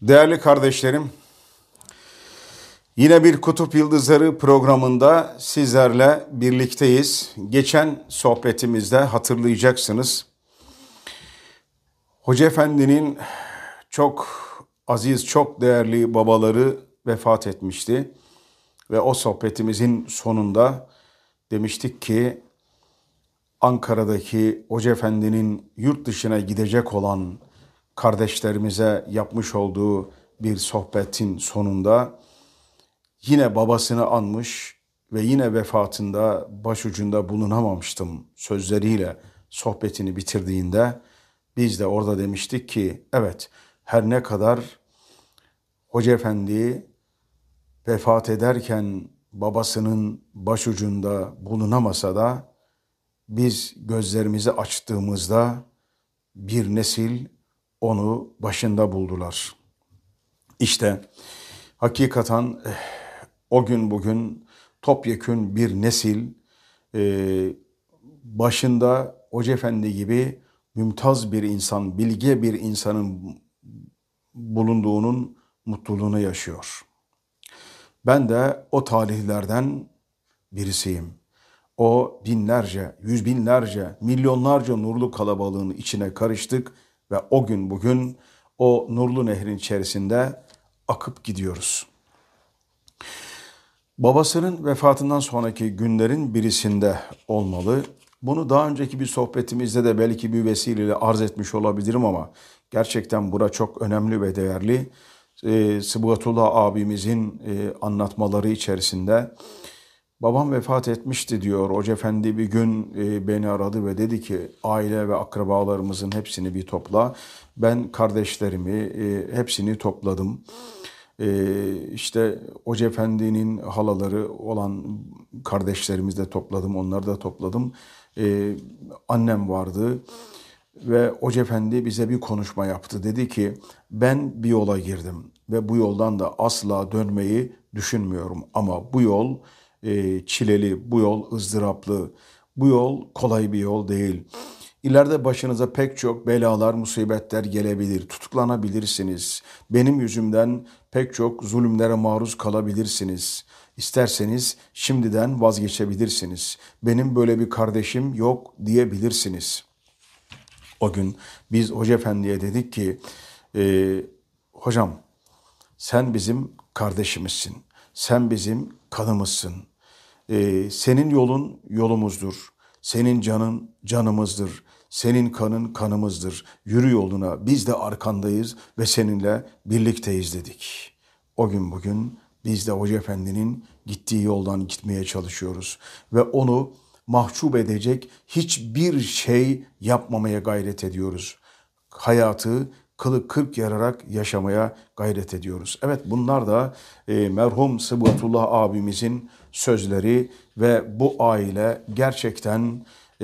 Değerli kardeşlerim, yine bir Kutup Yıldızları programında sizlerle birlikteyiz. Geçen sohbetimizde hatırlayacaksınız, Hoca Efendi'nin çok aziz, çok değerli babaları vefat etmişti. Ve o sohbetimizin sonunda demiştik ki, Ankara'daki Hoca Efendi'nin yurt dışına gidecek olan kardeşlerimize yapmış olduğu bir sohbetin sonunda yine babasını anmış ve yine vefatında başucunda bulunamamıştım sözleriyle sohbetini bitirdiğinde biz de orada demiştik ki evet, her ne kadar Hoca Efendi vefat ederken babasının başucunda bulunamasa da biz gözlerimizi açtığımızda bir nesil onu başında buldular. İşte hakikaten o gün bugün topyekün bir nesil başında Hoca Efendi gibi mümtaz bir insan, bilge bir insanın bulunduğunun mutluluğunu yaşıyor. Ben de o talihlerden birisiyim. O binlerce, yüz binlerce, milyonlarca nurlu kalabalığın içine karıştık ve o gün bugün o nurlu nehrin içerisinde akıp gidiyoruz. Babasının vefatından sonraki günlerin birisinde olmalı. Bunu daha önceki bir sohbetimizde de belki bir vesileyle arz etmiş olabilirim ama gerçekten bura çok önemli ve değerli. Sıbgatullah abimizin anlatmaları içerisinde babam vefat etmişti diyor. Hoca Efendi bir gün beni aradı ve dedi ki aile ve akrabalarımızın hepsini bir topla. Ben kardeşlerimi hepsini topladım. İşte Hoca Efendi'nin halaları olan kardeşlerimizi de topladım. Onları da topladım. Annem vardı. Ve Hoca Efendi bize bir konuşma yaptı. Dedi ki ben bir yola girdim ve bu yoldan da asla dönmeyi düşünmüyorum. Ama bu yol çileli, bu yol ızdıraplı, bu yol kolay bir yol değil. İleride başınıza pek çok belalar, musibetler gelebilir, tutuklanabilirsiniz. Benim yüzümden pek çok zulümlere maruz kalabilirsiniz. İsterseniz şimdiden vazgeçebilirsiniz. Benim böyle bir kardeşim yok diyebilirsiniz. O gün biz Hoca Efendi'ye dedik ki, hocam sen bizim kardeşimizsin, sen bizim kanımızsın. Senin yolun yolumuzdur, senin canın canımızdır, senin kanın kanımızdır. Yürü yoluna, biz de arkandayız ve seninle birlikteyiz dedik. O gün bugün biz de Hoca Efendi'nin gittiği yoldan gitmeye çalışıyoruz ve onu mahcup edecek hiçbir şey yapmamaya gayret ediyoruz. Hayatı kılı kırk yararak yaşamaya gayret ediyoruz. Evet, bunlar da merhum Sıbgatullah abimizin sözleri ve bu aile gerçekten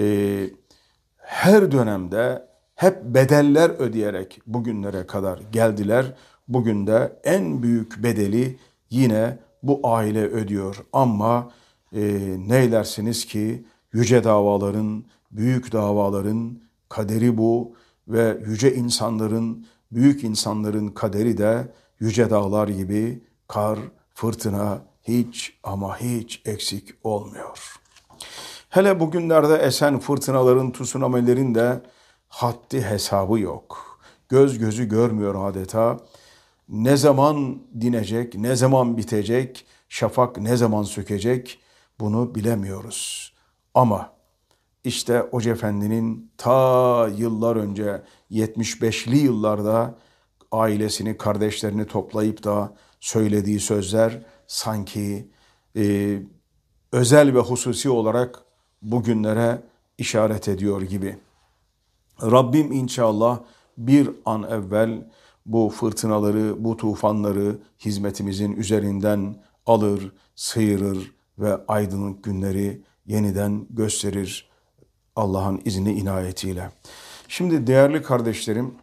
her dönemde hep bedeller ödeyerek bugünlere kadar geldiler. Bugün de en büyük bedeli yine bu aile ödüyor. Ama neylersiniz ki yüce davaların, büyük davaların kaderi bu ve yüce insanların, büyük insanların kaderi de yüce dağlar gibi kar, fırtına hiç ama hiç eksik olmuyor. Hele bugünlerde esen fırtınaların, tsunamilerin de haddi hesabı yok. Göz gözü görmüyor adeta. Ne zaman dinecek, ne zaman bitecek, şafak ne zaman sökecek bunu bilemiyoruz. Ama işte Hoca Efendi'nin ta yıllar önce 75'li yıllarda ailesini, kardeşlerini toplayıp da söylediği sözler sanki özel ve hususi olarak bugünlere işaret ediyor gibi. Rabbim inşallah bir an evvel bu fırtınaları, bu tufanları hizmetimizin üzerinden alır, sıyırır ve aydınlık günleri yeniden gösterir Allah'ın izni inayetiyle. Şimdi değerli kardeşlerim,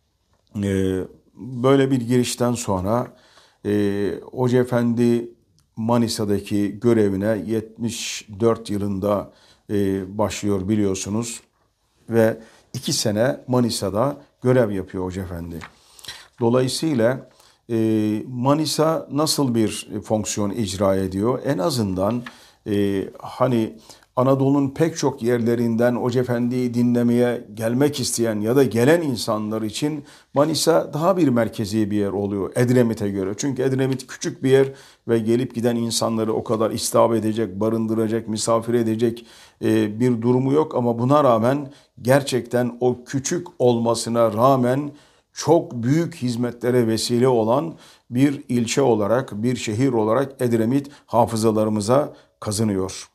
böyle bir girişten sonra Hoca Efendi Manisa'daki görevine 74 yılında başlıyor biliyorsunuz ve 2 sene Manisa'da görev yapıyor Hoca Efendi. Dolayısıyla Manisa nasıl bir fonksiyon icra ediyor? En azından hani Anadolu'nun pek çok yerlerinden Hoca Efendi'yi dinlemeye gelmek isteyen ya da gelen insanlar için Manisa daha bir merkezi bir yer oluyor Edremit'e göre. Çünkü Edremit küçük bir yer ve gelip giden insanları o kadar istihap edecek, barındıracak, misafir edecek bir durumu yok. Ama buna rağmen gerçekten o küçük olmasına rağmen çok büyük hizmetlere vesile olan bir ilçe olarak, bir şehir olarak Edremit hafızalarımıza kazınıyor.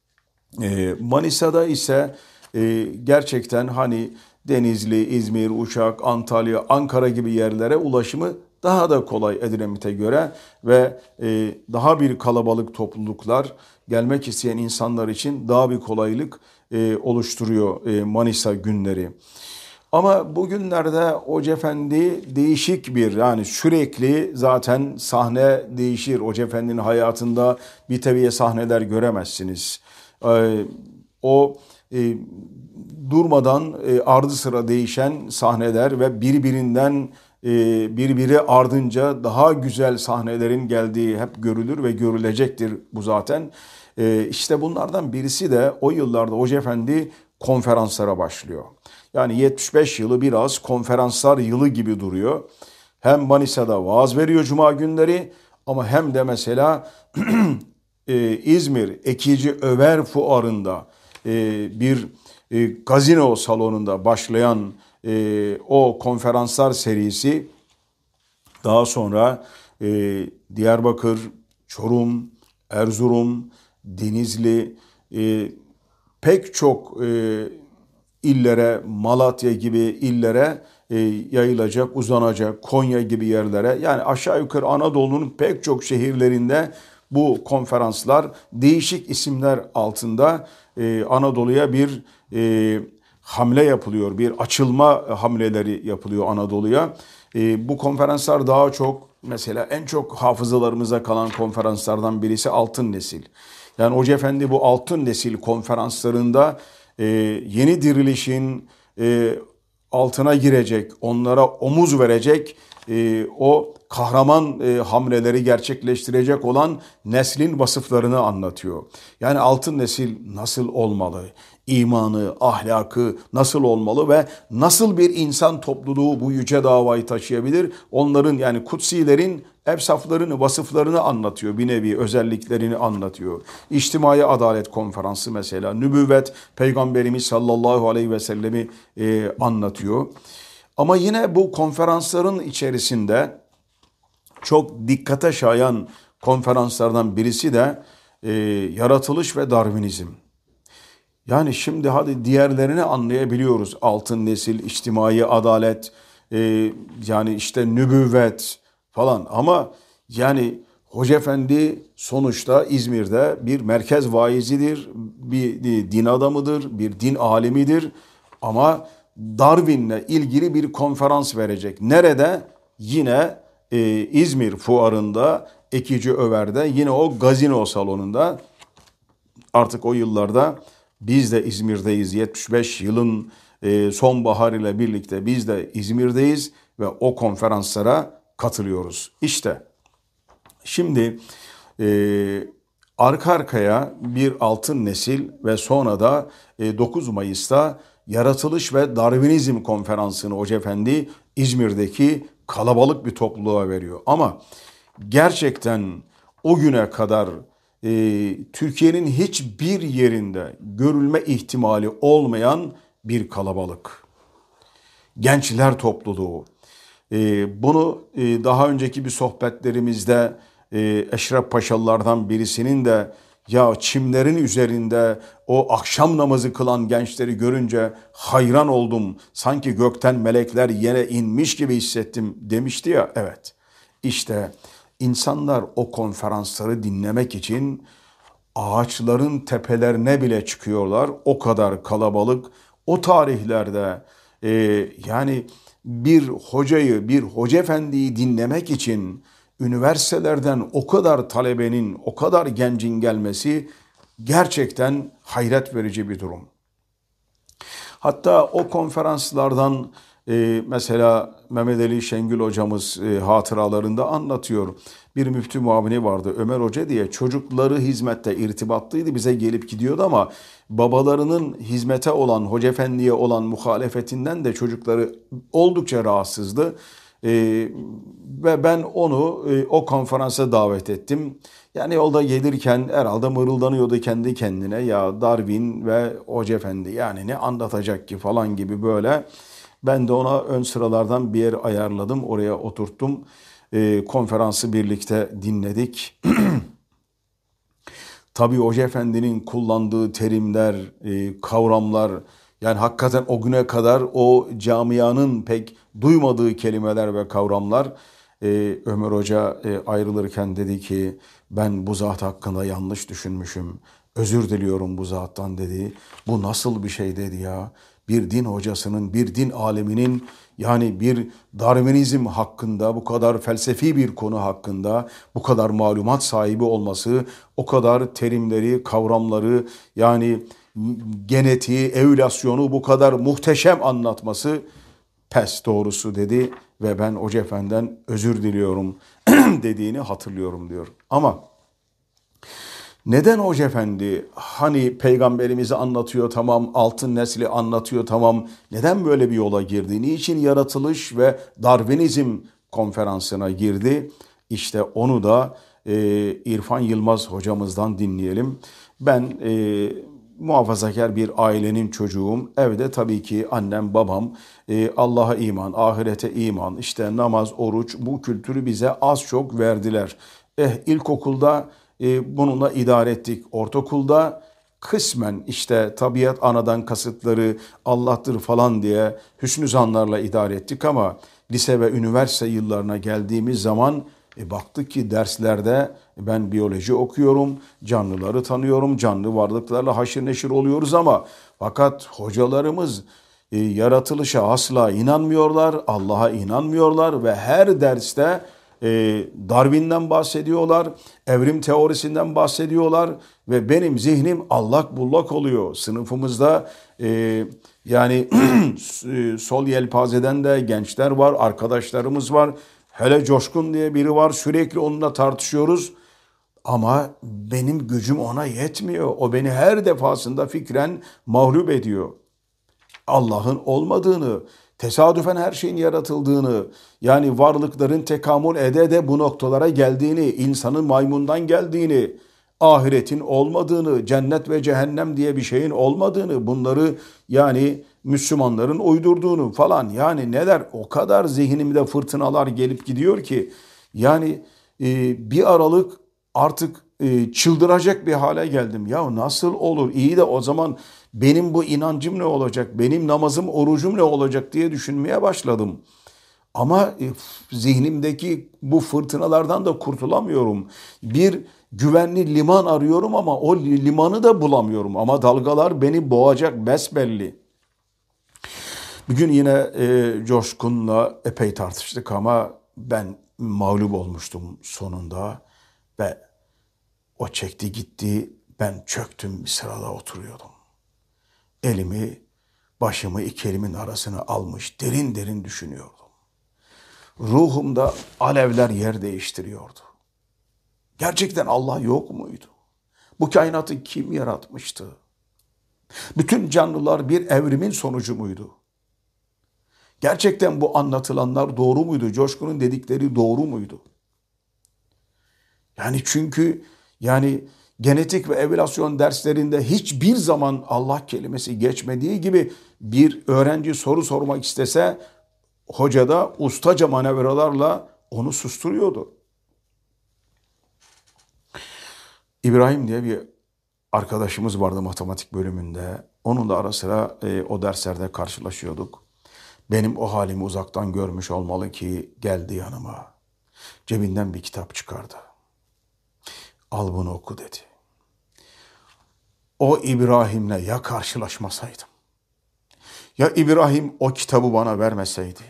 Manisa'da ise gerçekten hani Denizli, İzmir, Uşak, Antalya, Ankara gibi yerlere ulaşımı daha da kolay Edremit'e göre ve daha bir kalabalık topluluklar gelmek isteyen insanlar için daha bir kolaylık oluşturuyor Manisa günleri. Ama bugünlerde Hoca Efendi değişik bir yani sürekli zaten sahne değişir. Hoca Efendi'nin hayatında bir teviye sahneler göremezsiniz. O durmadan ardı sıra değişen sahneler ve birbiri ardınca daha güzel sahnelerin geldiği hep görülür ve görülecektir bu zaten. İşte bunlardan birisi de o yıllarda Hoca Efendi konferanslara başlıyor. Yani 75 yılı biraz konferanslar yılı gibi duruyor. Hem Manisa'da vaaz veriyor cuma günleri ama hem de mesela İzmir Ekici Över Fuarı'nda bir gazino salonunda başlayan o konferanslar serisi daha sonra Diyarbakır, Çorum, Erzurum, Denizli pek çok illere, Malatya gibi illere yayılacak, uzanacak, Konya gibi yerlere yani aşağı yukarı Anadolu'nun pek çok şehirlerinde bu konferanslar değişik isimler altında Anadolu'ya bir hamle yapılıyor, bir açılma hamleleri yapılıyor Anadolu'ya. Bu konferanslar daha çok mesela en çok hafızalarımıza kalan konferanslardan birisi Altın Nesil. Yani Hoca Efendi bu Altın Nesil konferanslarında yeni dirilişin altına girecek, onlara omuz verecek, o kahraman hamleleri gerçekleştirecek olan neslin vasıflarını anlatıyor. Yani altın nesil nasıl olmalı? İmanı, ahlakı nasıl olmalı ve nasıl bir insan topluluğu bu yüce davayı taşıyabilir? Onların yani kutsilerin evsaflarını, vasıflarını anlatıyor. Bir nevi özelliklerini anlatıyor. İçtimai Adalet Konferansı mesela, nübüvvet, Peygamberimiz sallallahu aleyhi ve sellemi anlatıyor. Ama yine bu konferansların içerisinde çok dikkate şayan konferanslardan birisi de yaratılış ve Darwinizm. Yani şimdi hadi diğerlerini anlayabiliyoruz. Altın nesil, içtimai adalet, yani işte nübüvvet falan. Ama yani Hoca Efendi sonuçta İzmir'de bir merkez vaizidir, bir din adamıdır, bir din alimidir. Ama Darwin'le ilgili bir konferans verecek. Nerede? Yine İzmir fuarında, Ekici Över'de, yine o gazino salonunda. Artık o yıllarda biz de İzmir'deyiz. 75 yılın sonbahar ile birlikte biz de İzmir'deyiz ve o konferanslara katılıyoruz. İşte şimdi arka arkaya bir altın nesil ve sonra da 9 Mayıs'ta Yaratılış ve Darwinizm konferansını Hoca Efendi İzmir'deki kalabalık bir topluluğa veriyor. Ama gerçekten o güne kadar Türkiye'nin hiçbir yerinde görülme ihtimali olmayan bir kalabalık. Gençler topluluğu. Bunu daha önceki bir sohbetlerimizde Eşref Paşalılardan birisinin de ya çimlerin üzerinde o akşam namazı kılan gençleri görünce hayran oldum. Sanki gökten melekler yere inmiş gibi hissettim demişti ya. Evet. İşte insanlar o konferansları dinlemek için ağaçların tepelerine bile çıkıyorlar. O kadar kalabalık. O tarihlerde yani bir hocayı, bir hoca efendiyi dinlemek için üniversitelerden o kadar talebenin, o kadar gencin gelmesi gerçekten hayret verici bir durum. Hatta o konferanslardan Mesela Mehmet Ali Şengül hocamız hatıralarında anlatıyor. Bir müftü muavini vardı Ömer Hoca diye, çocukları hizmette irtibatlıydı, bize gelip gidiyordu ama babalarının hizmete olan, Hoca Efendi'ye olan muhalefetinden de çocukları oldukça rahatsızdı. Ve ben onu o konferansa davet ettim. Yani yolda gelirken herhalde mırıldanıyordu kendi kendine, ya Darwin ve Hoca Efendi yani ne anlatacak ki falan gibi böyle. Ben de ona ön sıralardan bir yer ayarladım, oraya oturttum. Konferansı birlikte dinledik. Tabii Hoca Efendi'nin kullandığı terimler, kavramlar, yani hakikaten o güne kadar o camianın pek duymadığı kelimeler ve kavramlar. Ömer Hoca ayrılırken dedi ki, ben bu zat hakkında yanlış düşünmüşüm. Özür diliyorum bu zattan dedi. Bu nasıl bir şey dedi ya. Bir din hocasının, bir din aleminin, yani bir Darwinizm hakkında, bu kadar felsefi bir konu hakkında bu kadar malumat sahibi olması, o kadar terimleri, kavramları, yani genetiği, evülasyonu bu kadar muhteşem anlatması pes doğrusu dedi ve ben Hoca Efendi'den özür diliyorum dediğini hatırlıyorum diyor. Ama neden Hoca Efendi hani peygamberimizi anlatıyor tamam, altın nesli anlatıyor tamam, neden böyle bir yola girdi? Niçin yaratılış ve Darwinizm konferansına girdi? İşte onu da İrfan Yılmaz hocamızdan dinleyelim. Ben muhafazakar bir ailenin çocuğum. Evde tabii ki annem babam Allah'a iman, ahirete iman, işte namaz, oruç, bu kültürü bize az çok verdiler. İlkokulda bununla idare ettik. Ortaokulda kısmen işte tabiat anadan kasıtları Allah'tır falan diye hüsnü zanlarla idare ettik ama lise ve üniversite yıllarına geldiğimiz zaman baktık ki derslerde ben biyoloji okuyorum, canlıları tanıyorum, canlı varlıklarla haşır neşir oluyoruz ama fakat hocalarımız yaratılışa asla inanmıyorlar, Allah'a inanmıyorlar ve her derste Darwin'den bahsediyorlar, evrim teorisinden bahsediyorlar ve benim zihnim allak bullak oluyor. Sınıfımızda yani sol yelpazeden de gençler var, arkadaşlarımız var. Hele Coşkun diye biri var, sürekli onunla tartışıyoruz. Ama benim gücüm ona yetmiyor. O beni her defasında fikren mağlup ediyor. Allah'ın olmadığını, tesadüfen her şeyin yaratıldığını, yani varlıkların tekamül ede de bu noktalara geldiğini, insanın maymundan geldiğini, ahiretin olmadığını, cennet ve cehennem diye bir şeyin olmadığını, bunları yani Müslümanların uydurduğunu falan, yani neler, o kadar zihnimde fırtınalar gelip gidiyor ki yani bir aralık artık çıldıracak bir hale geldim. Ya nasıl olur? İyi de o zaman benim bu inancım ne olacak? Benim namazım, orucum ne olacak diye düşünmeye başladım. Ama zihnimdeki bu fırtınalardan da kurtulamıyorum. Bir güvenli liman arıyorum ama o limanı da bulamıyorum. Ama dalgalar beni boğacak besbelli. Bir gün yine Coşkun'la epey tartıştık ama ben mağlup olmuştum sonunda ve o çekti gitti, ben çöktüm, bir sırada oturuyordum. Elimi, başımı iki elimin arasına almış derin derin düşünüyordum. Ruhumda alevler yer değiştiriyordu. Gerçekten Allah yok muydu? Bu kainatı kim yaratmıştı? Bütün canlılar bir evrimin sonucu muydu? Gerçekten bu anlatılanlar doğru muydu? Coşkun'un dedikleri doğru muydu? Yani çünkü yani genetik ve evülasyon derslerinde hiçbir zaman Allah kelimesi geçmediği gibi bir öğrenci soru sormak istese hoca da ustaca manevralarla onu susturuyordu. İbrahim diye bir arkadaşımız vardı matematik bölümünde. Onunla ara sıra o derslerde karşılaşıyorduk. Benim o halimi uzaktan görmüş olmalı ki geldi yanıma. Cebinden bir kitap çıkardı. Al bunu oku dedi. O İbrahim'le ya karşılaşmasaydım, ya İbrahim o kitabı bana vermeseydi.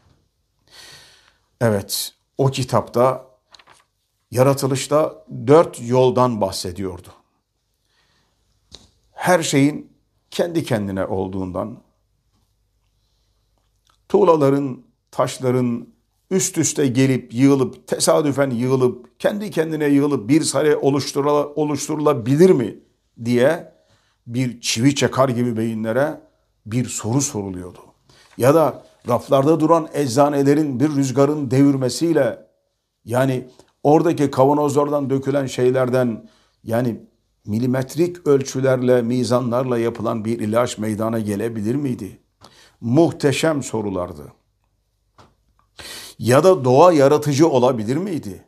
Evet, o kitapta yaratılışta 4 yoldan bahsediyordu. Her şeyin kendi kendine olduğundan, tuğlaların, taşların üst üste gelip yığılıp, tesadüfen yığılıp, kendi kendine yığılıp bir sare oluşturulabilir mi diye bir çivi çakar gibi beyinlere bir soru soruluyordu. Ya da raflarda duran eczanelerin bir rüzgarın devirmesiyle, yani oradaki kavanozlardan dökülen şeylerden, yani milimetrik ölçülerle, mizanlarla yapılan bir ilaç meydana gelebilir miydi? Muhteşem sorulardı. Ya da doğa yaratıcı olabilir miydi?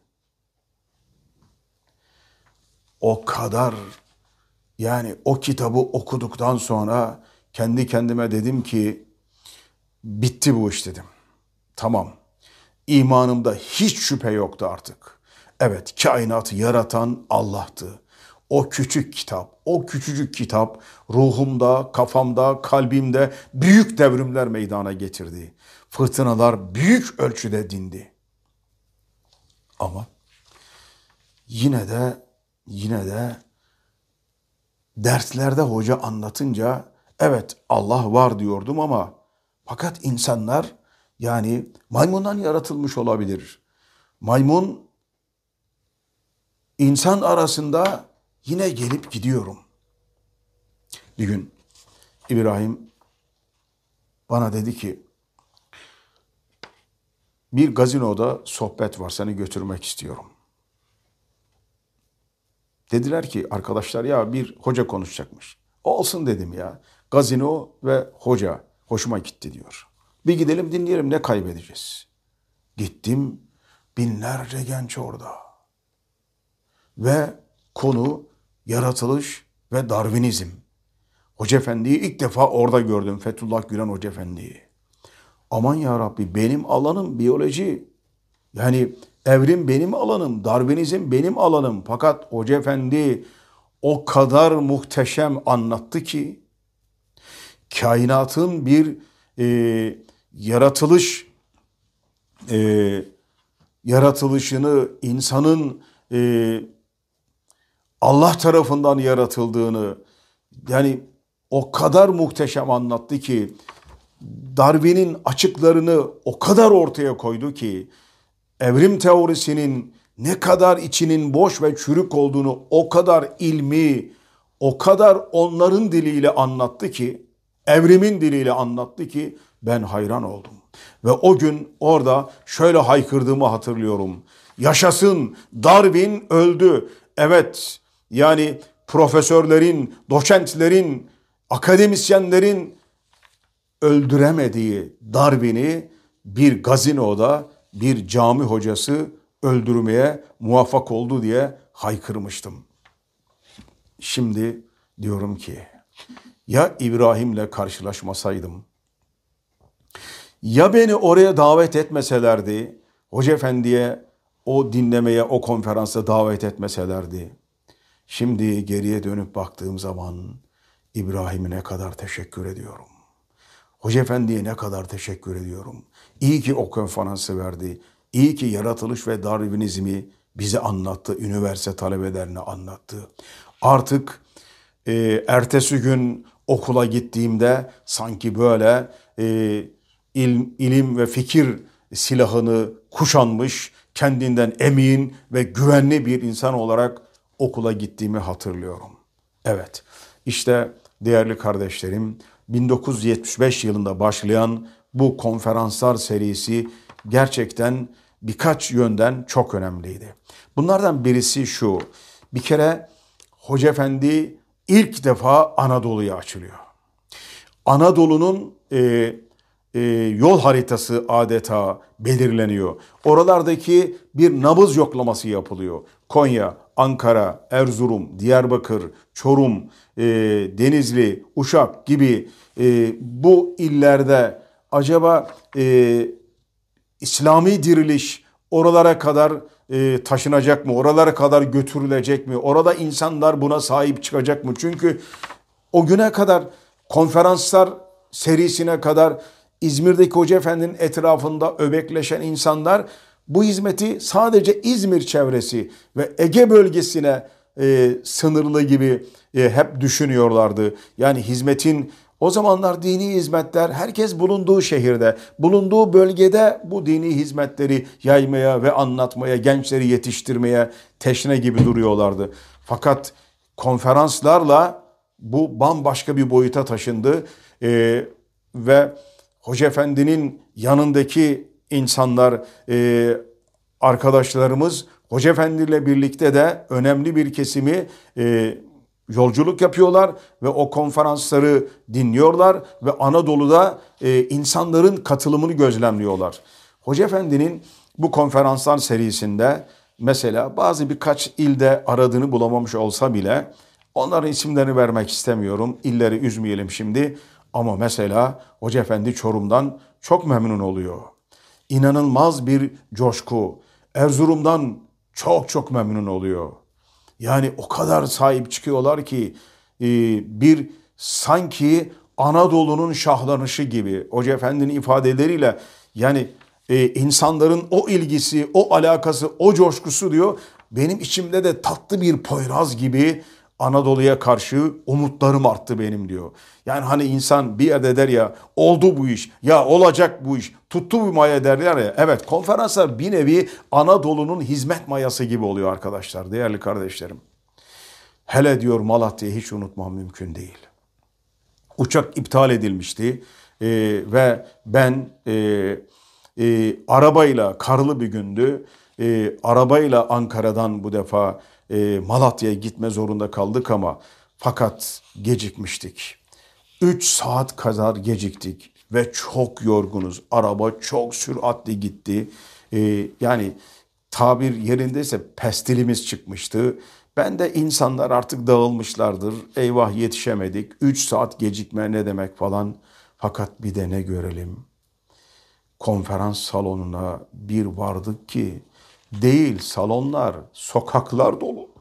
O kadar, yani o kitabı okuduktan sonra kendi kendime dedim ki bitti bu iş dedim. Tamam. İmanımda hiç şüphe yoktu artık. Evet, kainatı yaratan Allah'tı. O küçük kitap, o küçücük kitap ruhumda, kafamda, kalbimde büyük devrimler meydana getirdi. Fırtınalar büyük ölçüde dindi. Ama yine de derslerde hoca anlatınca evet Allah var diyordum ama fakat insanlar, yani maymundan yaratılmış olabilir. Maymun insan arasında yine gelip gidiyorum. Bir gün İbrahim bana dedi ki bir gazinoda sohbet var, seni götürmek istiyorum. Dediler ki arkadaşlar ya bir hoca konuşacakmış. Olsun dedim ya. Gazino ve hoca hoşuma gitti diyor. Bir gidelim dinleyelim, ne kaybedeceğiz? Gittim, binlerce genç orada. Ve konu yaratılış ve Darwinizm. Hoca Efendi'yi ilk defa orada gördüm. Fethullah Gülen Hoca Efendi'yi. Aman ya Rabbi, benim alanım biyoloji. Yani evrim benim alanım, Darwinizm benim alanım. Fakat Hoca Efendi o kadar muhteşem anlattı ki kainatın bir yaratılışını, insanın Allah tarafından yaratıldığını, yani o kadar muhteşem anlattı ki Darwin'in açıklarını o kadar ortaya koydu ki evrim teorisinin ne kadar içinin boş ve çürük olduğunu o kadar ilmi, o kadar onların diliyle anlattı ki, evrimin diliyle anlattı ki ben hayran oldum. Ve o gün orada şöyle haykırdığımı hatırlıyorum. Yaşasın, Darwin öldü. Evet, yani profesörlerin, doçentlerin, akademisyenlerin öldüremediği Darwin'i bir gazinoda bir cami hocası öldürmeye muvaffak oldu diye haykırmıştım. Şimdi diyorum ki ya İbrahim'le karşılaşmasaydım, ya beni oraya davet etmeselerdi, Hoca Efendi'ye o dinlemeye, o konferansa davet etmeselerdi, şimdi geriye dönüp baktığım zaman İbrahim'e ne kadar teşekkür ediyorum. Hoca Efendi'ye ne kadar teşekkür ediyorum. İyi ki o konferansı verdi. İyi ki yaratılış ve Darwinizmi bize anlattı. Üniversite talebelerine anlattı. Artık ertesi gün okula gittiğimde sanki böyle ilim ve fikir silahını kuşanmış, kendinden emin ve güvenli bir insan olarak okula gittiğimi hatırlıyorum. Evet, işte değerli kardeşlerim, 1975 yılında başlayan bu konferanslar serisi gerçekten birkaç yönden çok önemliydi. Bunlardan birisi şu: bir kere Hoca Efendi ilk defa Anadolu'ya açılıyor. Anadolu'nun yol haritası adeta belirleniyor. Oralardaki bir nabız yoklaması yapılıyor. Konya, Ankara, Erzurum, Diyarbakır, Çorum, Denizli, Uşak gibi bu illerde acaba İslami diriliş oralara kadar taşınacak mı? Oralara kadar götürülecek mi? Orada insanlar buna sahip çıkacak mı? Çünkü o güne kadar konferanslar serisine kadar İzmir'deki Hoca Efendi'nin etrafında öbekleşen insanlar bu hizmeti sadece İzmir çevresi ve Ege bölgesine sınırlı gibi hep düşünüyorlardı. Yani hizmetin O zamanlar dini hizmetler herkes bulunduğu şehirde, bulunduğu bölgede bu dini hizmetleri yaymaya ve anlatmaya, gençleri yetiştirmeye teşne gibi duruyorlardı. Fakat konferanslarla bu bambaşka bir boyuta taşındı. Ve Hoca Efendi'nin yanındaki insanlar, arkadaşlarımız Hoca Efendi ile birlikte de önemli bir kesimi yolculuk yapıyorlar ve o konferansları dinliyorlar ve Anadolu'da insanların katılımını gözlemliyorlar. Hoca Efendi'nin bu konferanslar serisinde mesela birkaç ilde aradığını bulamamış olsa bile onların isimlerini vermek istemiyorum. İlleri üzmeyelim şimdi. Ama mesela Hoca Efendi Çorum'dan çok memnun oluyor. İnanılmaz bir coşku. Erzurum'dan çok memnun oluyor. Yani o kadar sahip çıkıyorlar ki bir sanki Anadolu'nun şahlanışı gibi Hoca Efendi'nin ifadeleriyle yani insanların o ilgisi, o alakası, o coşkusu diyor benim içimde de tatlı bir Poyraz gibi Anadolu'ya karşı umutlarım arttı benim diyor. Yani hani insan bir yerde der ya oldu bu iş, ya olacak bu iş, tuttu bu maya derler ya. Evet, konferanslar bir nevi Anadolu'nun hizmet mayası gibi oluyor arkadaşlar, değerli kardeşlerim. Hele diyor Malatya'yı hiç unutmam mümkün değil. Uçak iptal edilmişti ve ben arabayla, karlı bir gündü, arabayla Ankara'dan bu defa Malatya'ya gitme zorunda kaldık ama fakat gecikmiştik. 3 saat kadar geciktik ve çok yorgunuz. Araba çok süratli gitti. Yani tabir yerindeyse pestilimiz çıkmıştı. Ben de insanlar artık dağılmışlardır. Eyvah yetişemedik. 3 saat gecikme ne demek falan. Fakat bir de ne görelim. Konferans salonuna bir vardık ki değil salonlar, sokaklar dolu.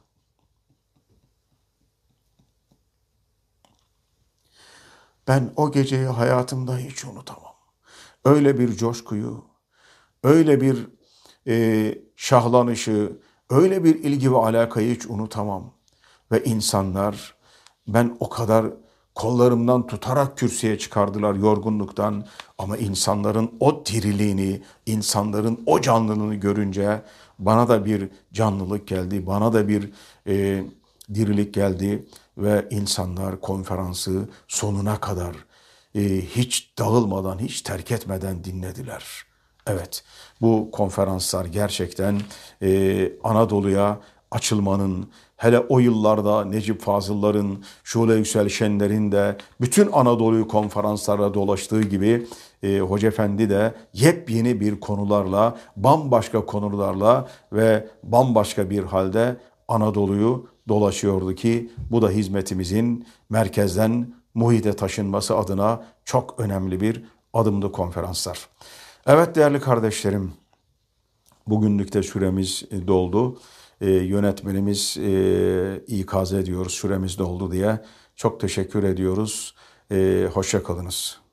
Ben o geceyi hayatımda hiç unutamam. Öyle bir coşkuyu, öyle bir şahlanışı, öyle bir ilgi ve alakayı hiç unutamam. Ve insanlar ben o kadar kollarımdan tutarak kürsüye çıkardılar yorgunluktan. Ama insanların o diriliğini, insanların o canlılığını görünce bana da bir canlılık geldi, bana da bir dirilik geldi. Ve insanlar konferansı sonuna kadar hiç dağılmadan, hiç terk etmeden dinlediler. Evet, bu konferanslar gerçekten Anadolu'ya açılmanın, hele o yıllarda Necip Fazıl'ların, Şule Yüksel Şenler'in de bütün Anadolu'yu konferanslara dolaştığı gibi Hoca Efendi de yepyeni bir konularla, bambaşka konularla ve bambaşka bir halde Anadolu'yu dolaşıyordu ki bu da hizmetimizin merkezden muhite taşınması adına çok önemli bir adımdı konferanslar. Evet değerli kardeşlerim, bugünlük de süremiz doldu. Yönetmenimiz ikaz ediyoruz süremiz doldu diye. Çok teşekkür ediyoruz. Hoşça kalınız.